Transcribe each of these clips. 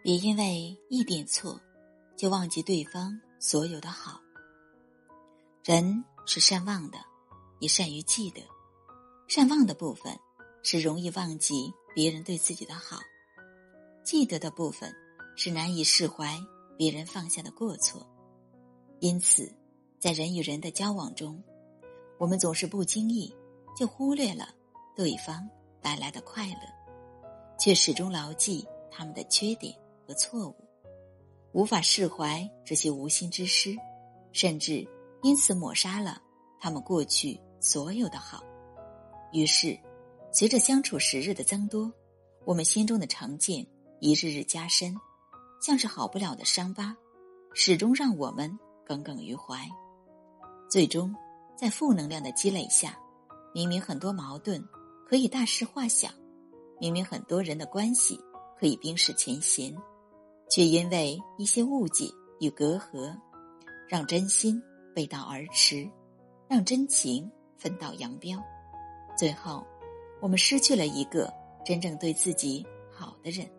别因为一点错就忘记对方所有的好。人是善忘的，也善于记得。善忘的部分是容易忘记别人对自己的好，记得的部分是难以释怀别人放下的过错。因此在人与人的交往中，我们总是不经意就忽略了对方带来的快乐，却始终牢记他们的缺点和错误，无法释怀这些无心之失，甚至因此抹杀了他们过去所有的好。于是随着相处时日的增多，我们心中的成见一日日加深，像是好不了的伤疤，始终让我们耿耿于怀。最终在负能量的积累下，明明很多矛盾可以大事化小，明明很多人的关系可以冰释前嫌，却因为一些误解与隔阂，让真心背道而驰，让真情分道扬镳。最后我们失去了一个真正对自己好的人。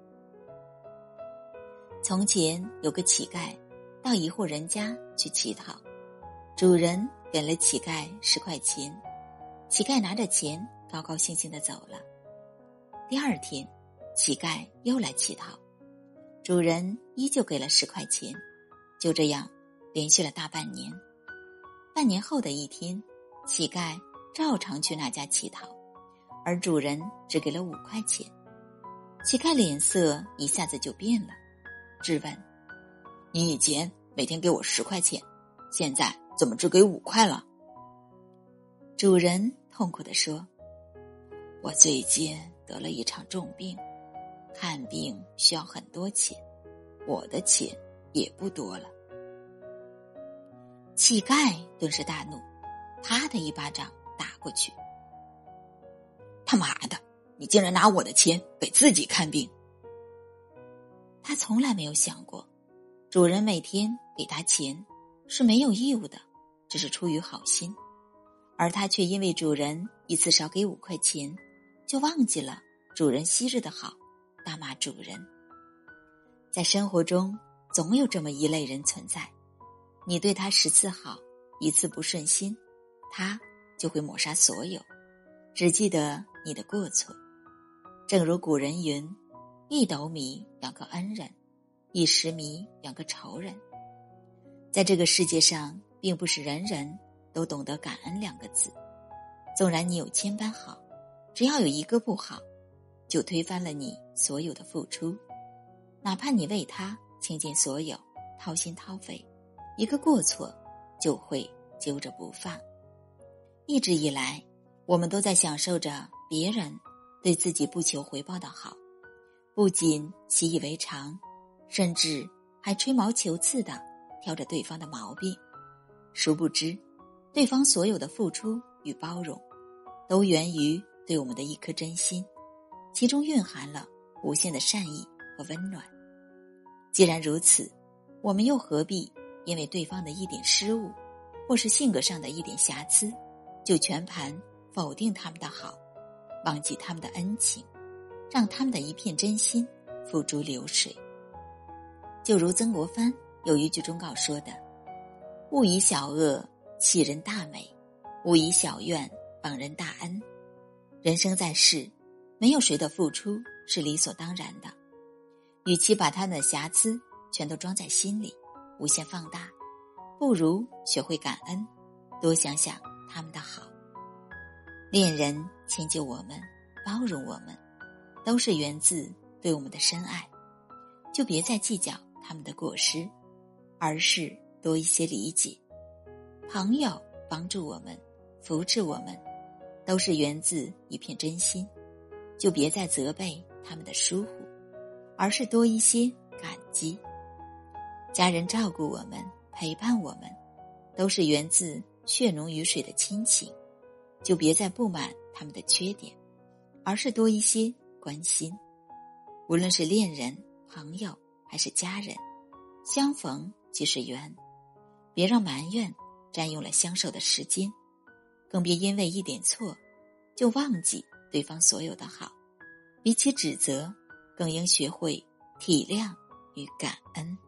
从前有个乞丐到一户人家去乞讨，主人给了乞丐10块钱，乞丐拿着钱高高兴兴地走了。第二天乞丐又来乞讨，主人依旧给了10块钱，就这样连续了大半年。半年后的一天，乞丐照常去那家乞讨，而主人只给了5块钱。乞丐脸色一下子就变了，质问：你以前每天给我10块钱，现在怎么只给5块了？主人痛苦地说：我最近得了一场重病，看病需要很多钱，我的钱也不多了。乞丐顿时大怒，啪的一巴掌打过去。他妈的，你竟然拿我的钱给自己看病！他从来没有想过，主人每天给他钱是没有义务的，只是出于好心，而他却因为主人一次少给5块钱，就忘记了主人昔日的好，大骂主人。在生活中总有这么一类人存在，你对他10次好，1次不顺心，他就会抹杀所有，只记得你的过错。正如古人云：一斗米养个恩人，一石米养个仇人。在这个世界上，并不是人人都懂得感恩2个字。纵然你有千般好，只要有一个不好，就推翻了你所有的付出。哪怕你为他倾尽所有，掏心掏肺，一个过错就会揪着不放。一直以来，我们都在享受着别人对自己不求回报的好，不仅习以为常，甚至还吹毛求疵地挑着对方的毛病。殊不知，对方所有的付出与包容，都源于对我们的一颗真心，其中蕴含了无限的善意和温暖。既然如此，我们又何必因为对方的一点失误，或是性格上的一点瑕疵，就全盘否定他们的好，忘记他们的恩情，让他们的一片真心付诸流水。就如曾国藩有一句忠告说的：勿以小恶弃人大美，勿以小怨帮人大恩。人生在世，没有谁的付出是理所当然的，与其把他们的瑕疵全都装在心里，无限放大，不如学会感恩，多想想他们的好。恋人迁就我们，包容我们，都是源自对我们的深爱，就别再计较他们的过失，而是多一些理解。朋友帮助我们，扶持我们，都是源自一片真心，就别再责备他们的疏忽，而是多一些感激。家人照顾我们，陪伴我们，都是源自血浓于水的亲情，就别再不满他们的缺点，而是多一些关心。无论是恋人、朋友还是家人，相逢即是缘，别让埋怨占用了相守的时间，更别因为一点错就忘记对方所有的好。比起指责，更应学会体谅与感恩。